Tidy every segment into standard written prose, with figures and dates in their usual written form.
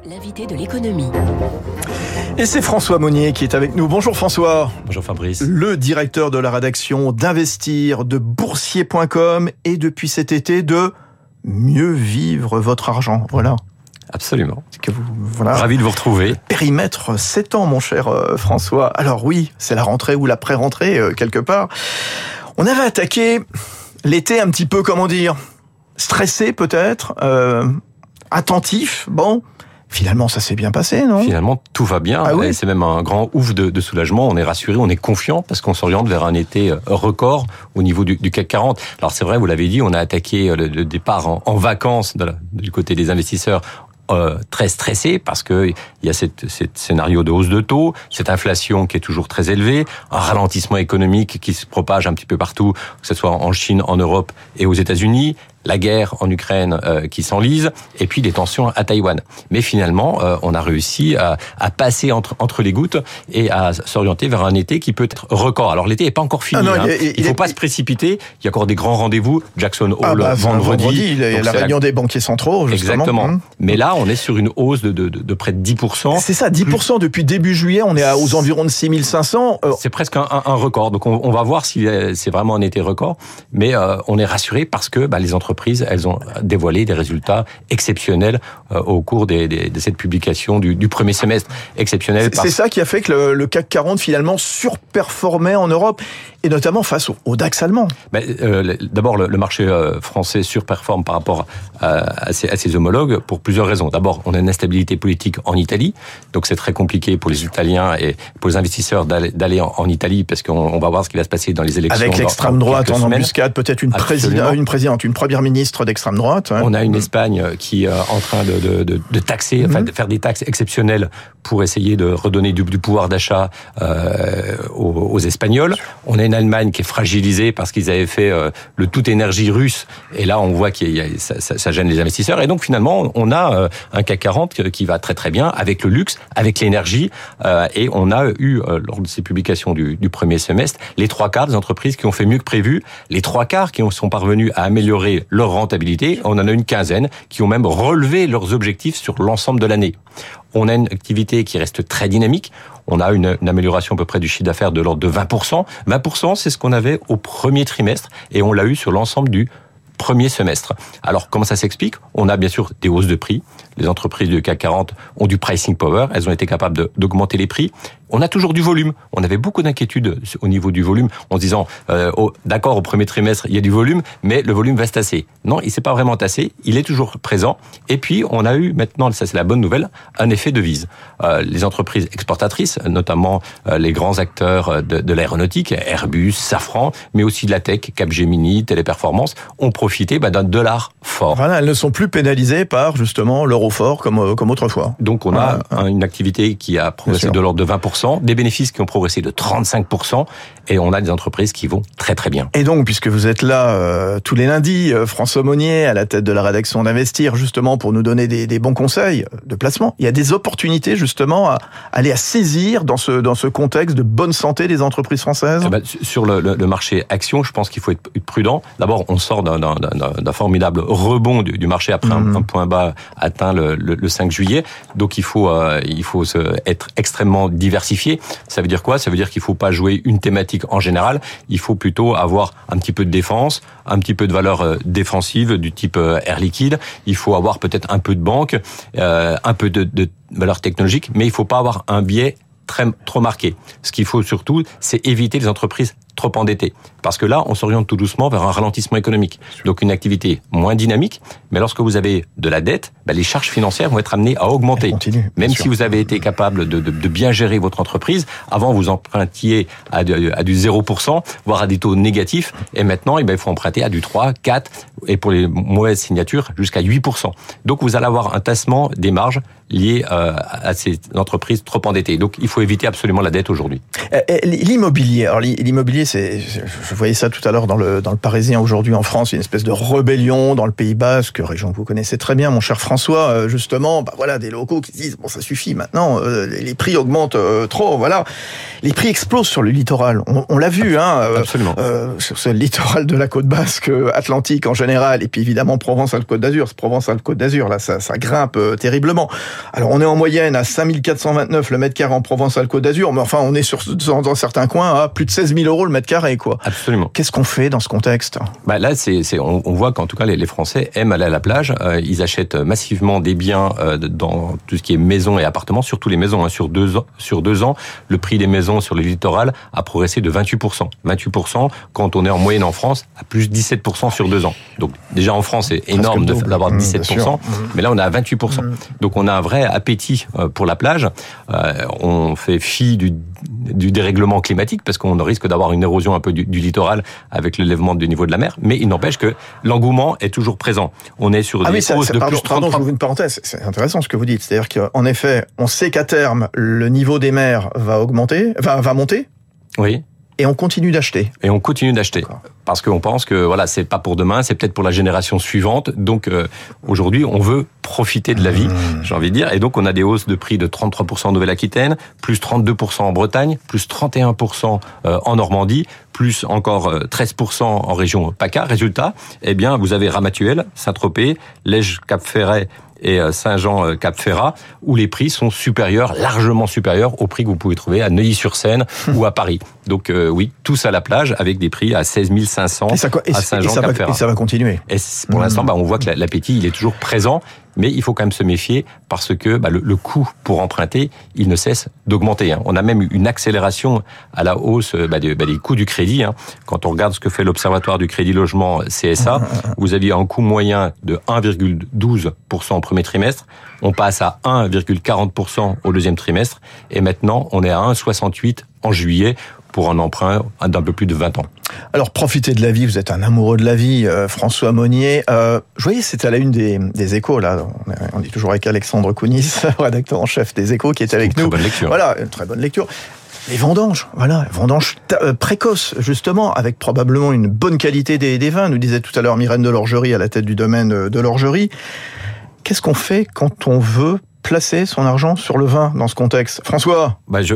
L'invité de l'économie. Et c'est François Monnier qui est avec nous. Bonjour François. Bonjour Fabrice. Le directeur de la rédaction d'Investir, de Boursier.com et depuis cet été de Mieux vivre votre argent. Voilà. Absolument. Voilà. Ravi de vous retrouver. Périmètre 7 ans, mon cher François. Alors oui, c'est la rentrée ou la pré-rentrée, quelque part. On avait attaqué l'été un petit peu, comment dire, stressé peut-être, attentif, bon... Finalement, ça s'est bien passé, non ? Finalement, tout va bien. Ah oui. Et c'est même un grand ouf de soulagement. On est rassuré, on est confiant parce qu'on s'oriente vers un été record au niveau du CAC 40. Alors c'est vrai, vous l'avez dit, on a attaqué le départ en vacances du côté des investisseurs très stressé parce que il y a cette scénario de hausse de taux, cette inflation qui est toujours très élevée, un ralentissement économique qui se propage un petit peu partout, que ce soit en Chine, en Europe et aux États-Unis, la guerre en Ukraine qui s'enlise, et puis des tensions à Taïwan. Mais finalement, on a réussi à passer entre les gouttes et à s'orienter vers un été qui peut être record. Alors l'été n'est pas encore fini. Il ne faut pas se précipiter. Il y a encore des grands rendez-vous. Jackson Hole vendredi. Il y a la réunion des banquiers centraux, justement. Exactement. Mais là, on est sur une hausse de près de 10%. C'est ça, 10% depuis début juillet. On est aux environs de 6500. C'est presque un record. Donc on va voir si c'est vraiment un été record. Mais on est rassuré parce que les entreprises, elles ont dévoilé des résultats exceptionnels au cours de cette publication du premier semestre. Exceptionnel. C'est ça qui a fait que le CAC 40 finalement surperformait en Europe, et notamment face au DAX allemand. D'abord, le marché français surperforme par rapport à ses homologues pour plusieurs raisons. D'abord, on a une instabilité politique en Italie, donc c'est très compliqué pour les Italiens et pour les investisseurs d'aller en Italie, parce qu'on va voir ce qui va se passer dans les élections. Avec l'extrême droite en embuscade, peut-être une première ministre d'extrême droite. On a une Espagne qui est en train de taxer, enfin de faire des taxes exceptionnelles pour essayer de redonner du pouvoir d'achat aux Espagnols. On a une Allemagne qui est fragilisée parce qu'ils avaient fait le tout énergie russe, et là on voit que ça gêne les investisseurs. Et donc finalement on a un CAC 40 qui va très très bien avec le luxe, avec l'énergie, et on a eu lors de ces publications du premier semestre les 3/4 des entreprises qui ont fait mieux que prévu, les 3/4 qui sont parvenus à améliorer leur rentabilité. On en a une quinzaine qui ont même relevé leurs objectifs sur l'ensemble de l'année. On a une activité qui reste très dynamique. On a une amélioration à peu près du chiffre d'affaires de l'ordre de 20%. 20%, c'est ce qu'on avait au premier trimestre, et on l'a eu sur l'ensemble du premier semestre. Alors, comment ça s'explique ? On a bien sûr des hausses de prix. Les entreprises du CAC 40 ont du pricing power. Elles ont été capables d'augmenter les prix. On a toujours du volume. On avait beaucoup d'inquiétudes au niveau du volume, en se disant, d'accord, au premier trimestre, il y a du volume, mais le volume va se tasser. Non, il s'est pas vraiment tassé. Il est toujours présent. Et puis, on a eu maintenant, ça c'est la bonne nouvelle, un effet devise. Les entreprises exportatrices, notamment les grands acteurs de l'aéronautique, Airbus, Safran, mais aussi de la tech, Capgemini, Téléperformance, ont profité d'un dollar fort. Voilà, elles ne sont plus pénalisées par, justement, l'euro fort comme autrefois. Donc, on a une activité qui a progressé de l'ordre de 20%, des bénéfices qui ont progressé de 35%, et on a des entreprises qui vont très très bien. Et donc, puisque vous êtes là tous les lundis, François Monnier, à la tête de la rédaction d'Investir, justement pour nous donner des bons conseils de placement, il y a des opportunités justement à saisir dans ce contexte de bonne santé des entreprises françaises. Sur le marché action, je pense qu'il faut être prudent. D'abord, on sort d'un formidable rebond du marché après un point bas atteint le 5 juillet. Donc il faut être extrêmement diversifié. Ça veut dire quoi ? Ça veut dire qu'il ne faut pas jouer une thématique en général. Il faut plutôt avoir un petit peu de défense, un petit peu de valeur défensive du type Air Liquide. Il faut avoir peut-être un peu de banque, un peu de valeur technologique, mais il ne faut pas avoir un biais trop marqué. Ce qu'il faut surtout, c'est éviter les entreprises trop endettées. Parce que là, on s'oriente tout doucement vers un ralentissement économique. Donc une activité moins dynamique, mais lorsque vous avez de la dette, les charges financières vont être amenées à augmenter. Même si vous avez été capable de bien gérer votre entreprise, avant vous empruntiez à du 0%, voire à des taux négatifs, et maintenant il faut emprunter à du 3, 4, et pour les mauvaises signatures, jusqu'à 8%. Donc vous allez avoir un tassement des marges liées à ces entreprises trop endettées. Donc il faut éviter absolument la dette aujourd'hui. L'immobilier, voyez, je voyais ça tout à l'heure dans le Parisien aujourd'hui en France, une espèce de rébellion dans le Pays Basque, région que vous connaissez très bien, mon cher François, justement, voilà, des locaux qui disent, bon, ça suffit maintenant, les prix augmentent trop, voilà. Les prix explosent sur le littoral. On l'a vu, hein. Absolument. Sur ce littoral de la côte basque, Atlantique en général, et puis évidemment Provence-Alpes-Côte d'Azur. Ce Provence-Alpes-Côte d'Azur, là, ça grimpe terriblement. Alors, on est en moyenne à 5429 le mètre carré en Provence-Alpes-Côte d'Azur, mais enfin, on est dans certains coins à plus de 16 000 € le mètre carré, quoi. Absolument. Qu'est-ce qu'on fait dans ce contexte? Là, on voit qu'en tout cas, les Français aiment aller à la plage. Ils achètent massivement des biens dans tout ce qui est maisons et appartements, surtout les maisons. Sur 2 ans, le prix des maisons sur le littoral a progressé de 28%. 28% quand on est en moyenne en France à plus 17% sur 2 ans. Donc déjà en France, c'est énorme d'avoir 17%, mais là on est à 28%. Donc on a un vrai appétit pour la plage. On fait fi du dérèglement climatique parce qu'on risque d'avoir une érosion un peu du littoral avec le lèvement du niveau de la mer, mais il n'empêche que l'engouement est toujours présent. On est sur des hausses de plus 33%. Pardon, je vous une parenthèse, c'est intéressant ce que vous dites, c'est-à-dire qu'en effet, on sait qu'à terme, le niveau des mers va monter. Oui. Et on continue d'acheter. Parce qu'on pense que voilà, c'est pas pour demain, c'est peut-être pour la génération suivante. Donc aujourd'hui, on veut profiter de la vie, j'ai envie de dire. Et donc on a des hausses de prix de 33% en Nouvelle-Aquitaine, plus 32% en Bretagne, plus 31% en Normandie, plus encore 13% en région PACA. Résultat, eh bien, vous avez Ramatuelle, Saint-Tropez, Lège, Cap-Ferret et Saint-Jean-Cap-Ferrat, où les prix sont supérieurs, largement supérieurs aux prix que vous pouvez trouver à Neuilly-sur-Seine ou à Paris. Donc oui, tous à la plage avec des prix à 16 500 à Saint-Jean-Cap-Ferrat. Et ça va continuer. Et pour l'instant, on voit que l'appétit, il est toujours présent, mais il faut quand même se méfier parce que le coût pour emprunter, il ne cesse d'augmenter. On a même une accélération à la hausse des coûts du crédit. Quand on regarde ce que fait l'Observatoire du Crédit Logement CSA, vous aviez un coût moyen de 1,12% au premier trimestre, on passe à 1,40% au deuxième trimestre, et maintenant on est à 1,68% en juillet pour un emprunt d'un peu plus de 20 ans. Alors, profitez de la vie, vous êtes un amoureux de la vie, François Monnier. Je voyais, c'était à la une des Échos, là. On est toujours avec Alexandre Kounis, rédacteur en chef des Échos, qui est avec nous. Très bonne lecture. Voilà, une très bonne lecture. Les vendanges, vendanges précoces, justement, avec probablement une bonne qualité des vins, nous disait tout à l'heure Myrène Delorgerie à la tête du domaine Delorgerie. Qu'est-ce qu'on fait quand on veut placer son argent sur le vin dans ce contexte? François?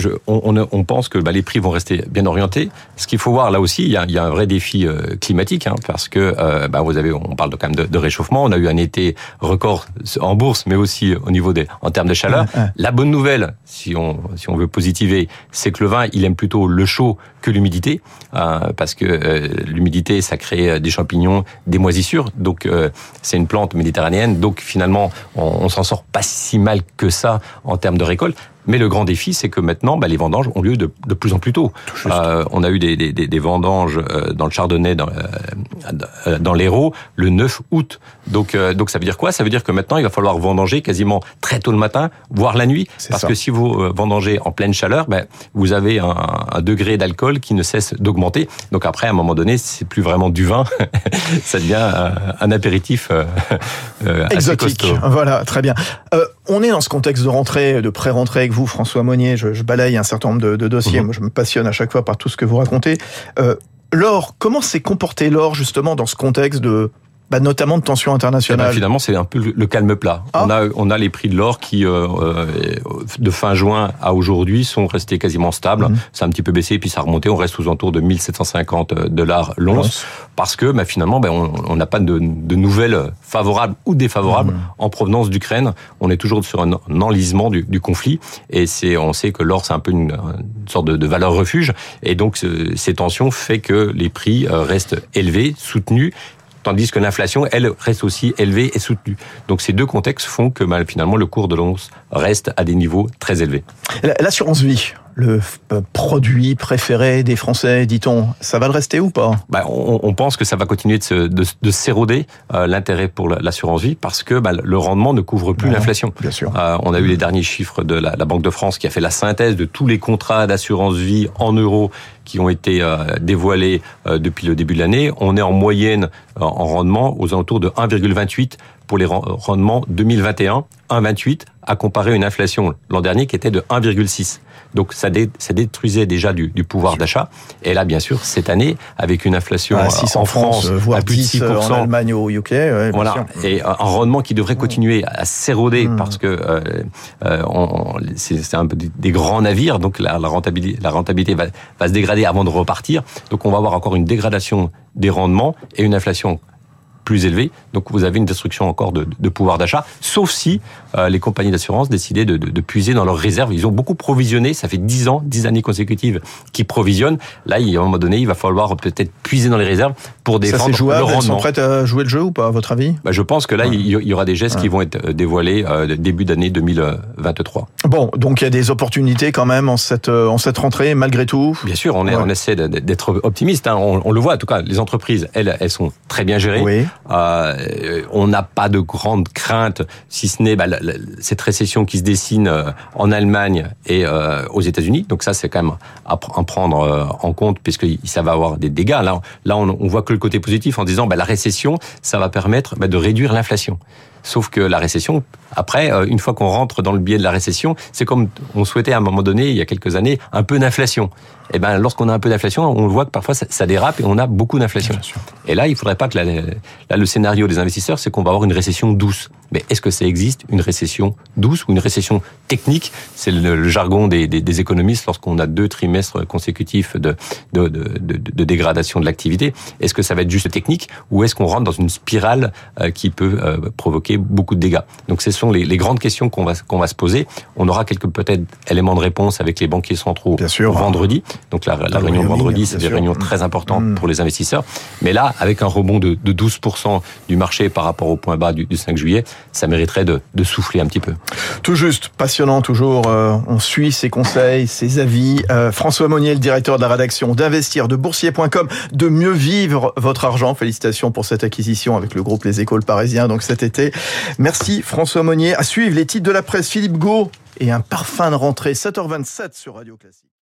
On pense que les prix vont rester bien orientés. Ce qu'il faut voir là aussi, il y a un vrai défi climatique, parce que on parle quand même de réchauffement. On a eu un été record en bourse, mais aussi au niveau en termes de chaleur. La bonne nouvelle, si on veut positiver, c'est que le vin, il aime plutôt le chaud que l'humidité, parce que l'humidité, ça crée des champignons, des moisissures. Donc c'est une plante méditerranéenne. Donc finalement, on s'en sort pas si mal que ça en termes de récolte. Mais le grand défi, c'est que maintenant, les vendanges ont lieu de plus en plus tôt. On a eu des vendanges dans le Chardonnay, dans l'Hérault, le 9 août. Donc ça veut dire quoi? Ça veut dire que maintenant, il va falloir vendanger quasiment très tôt le matin, voire la nuit. Parce que si vous vendangez en pleine chaleur, vous avez un degré d'alcool qui ne cesse d'augmenter. Donc après, à un moment donné, c'est plus vraiment du vin. Ça devient un apéritif exotique. Assez costaud. Voilà, très bien. On est dans ce contexte de rentrée, de pré-rentrée avec vous, François Monnier. Je balaye un certain nombre de dossiers. Moi, je me passionne à chaque fois par tout ce que vous racontez. L'or, comment s'est comporté l'or, justement, dans ce contexte de notamment de tensions internationales? Finalement, c'est un peu le calme plat. On a les prix de l'or qui, de fin juin à aujourd'hui, sont restés quasiment stables. Ça a un petit peu baissé, puis ça a remonté. On reste aux alentours de $1,750 l'once. Parce que finalement, on n'a pas de nouvelles favorables ou défavorables en provenance d'Ukraine. On est toujours sur un enlisement du conflit. Et on sait que l'or, c'est un peu une sorte de valeur refuge. Et donc, ces tensions fait que les prix restent élevés, soutenus, tandis que l'inflation, elle, reste aussi élevée et soutenue. Donc ces deux contextes font que finalement le cours de l'once reste à des niveaux très élevés. L'assurance vie, le produit préféré des Français, dit-on, ça va le rester ou pas? On pense que ça va continuer de s'éroder l'intérêt pour l'assurance vie parce que le rendement ne couvre plus l'inflation. Bien sûr. On a eu les derniers chiffres de la Banque de France qui a fait la synthèse de tous les contrats d'assurance vie en euros qui ont été dévoilés depuis le début de l'année. On est en moyenne en rendement aux alentours de 1,28 pour les rendements 2021, 1,28, à comparer une inflation l'an dernier qui était de 1,6. Donc ça détruisait déjà du pouvoir d'achat. Et là, bien sûr, cette année, avec une inflation en France voire à plus de 6%, en Allemagne ou au UK, ouais, voilà, sûr. Et un rendement qui devrait continuer à s'éroder parce que c'est un peu des grands navires, donc la rentabilité va se dégrader avant de repartir. Donc on va avoir encore une dégradation des rendements et une inflation plus élevé, donc vous avez une destruction encore de pouvoir d'achat, sauf si les compagnies d'assurance décidaient de puiser dans leurs réserves. Ils ont beaucoup provisionné, ça fait 10 années consécutives qu'ils provisionnent. Là, à un moment donné, il va falloir peut-être puiser dans les réserves pour défendre ça, c'est jouable, le rendement. Elles sont prêtes à jouer le jeu ou pas, à votre avis ? Je pense que là, il y aura des gestes qui vont être dévoilés début d'année 2023. Bon, donc il y a des opportunités quand même en cette rentrée, malgré tout. Bien sûr, on essaie d'être optimiste. On le voit, en tout cas, les entreprises, elles sont très bien gérées. Oui. On n'a pas de grandes craintes, si ce n'est cette récession qui se dessine en Allemagne et aux États-Unis. Donc ça, c'est quand même à prendre en compte, puisque ça va avoir des dégâts. Là, on voit que le côté positif en disant la récession, ça va permettre de réduire l'inflation. Sauf que la récession, après, une fois qu'on rentre dans le biais de la récession, c'est comme on souhaitait à un moment donné, il y a quelques années, un peu d'inflation. Et lorsqu'on a un peu d'inflation, on voit que parfois ça dérape et on a beaucoup d'inflation. Et là, il faudrait pas que le scénario des investisseurs, c'est qu'on va avoir une récession douce. Mais est-ce que ça existe, une récession douce ou une récession technique ? C'est le jargon des économistes lorsqu'on a 2 trimestres consécutifs de dégradation de l'activité. Est-ce que ça va être juste technique ou est-ce qu'on rentre dans une spirale qui peut provoquer beaucoup de dégâts ? Donc ce sont les grandes questions qu'on va se poser. On aura quelques peut-être éléments de réponse avec les banquiers centraux vendredi. Donc la réunion de vendredi, c'est des réunions très importantes pour les investisseurs. Mais là, avec un rebond de 12% du marché par rapport au point bas du 5 juillet, ça mériterait de souffler un petit peu. Tout juste, passionnant toujours. On suit ses conseils, ses avis. François Monnier, le directeur de la rédaction d'Investir de Boursier.com, de mieux vivre votre argent. Félicitations pour cette acquisition avec le groupe Les Échos Parisiens, donc cet été. Merci François Monnier. À suivre les titres de la presse, Philippe Gault et un parfum de rentrée, 7h27 sur Radio Classique.